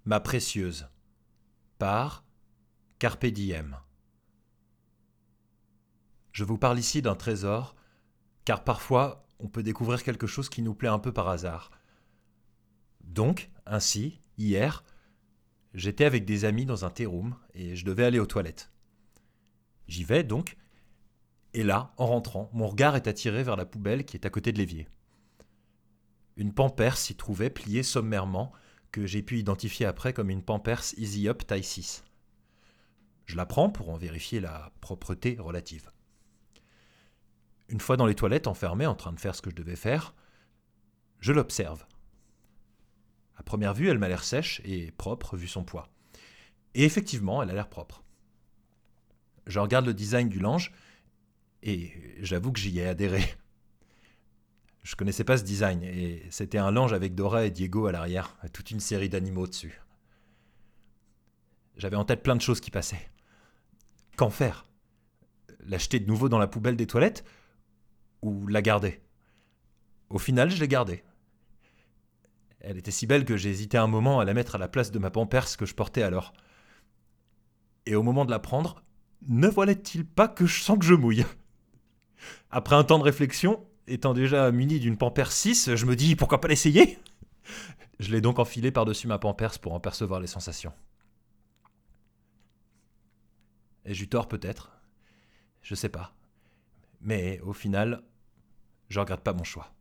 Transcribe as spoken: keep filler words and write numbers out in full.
Ma précieuse, par Carpe Diem. Je vous parle ici d'un trésor, car parfois on peut découvrir quelque chose qui nous plaît un peu par hasard. Donc, ainsi, hier, j'étais avec des amis dans un tea room et je devais aller aux toilettes. J'y vais donc, et là, en rentrant, mon regard est attiré vers la poubelle qui est à côté de l'évier. Une pampers s'y trouvait pliée sommairement, que j'ai pu identifier après comme une pampers Easy Up taille six. Je la prends pour en vérifier la propreté relative. Une fois dans les toilettes, enfermé, en train de faire ce que je devais faire, je l'observe. À première vue, elle m'a l'air sèche et propre vu son poids. Et effectivement, elle a l'air propre. Je regarde le design du linge et j'avoue que j'y ai adhéré. Je connaissais pas ce design et c'était un linge avec Dora et Diego à l'arrière, toute une série d'animaux dessus. J'avais en tête plein de choses qui passaient. Qu'en faire ? L'acheter de nouveau dans la poubelle des toilettes ou la garder ? Au final, je l'ai gardée. Elle était si belle que j'ai hésité un moment à la mettre à la place de ma pampers que je portais alors. Et au moment de la prendre, ne voilà-t-il pas que je sens que je mouille ? Après un temps de réflexion, étant déjà muni d'une pampers six, je me dis pourquoi pas l'essayer ? Je l'ai donc enfilée par-dessus ma pampers pour en percevoir les sensations. Ai-je eu tort peut-être ? Je sais pas. Mais au final, je regrette pas mon choix.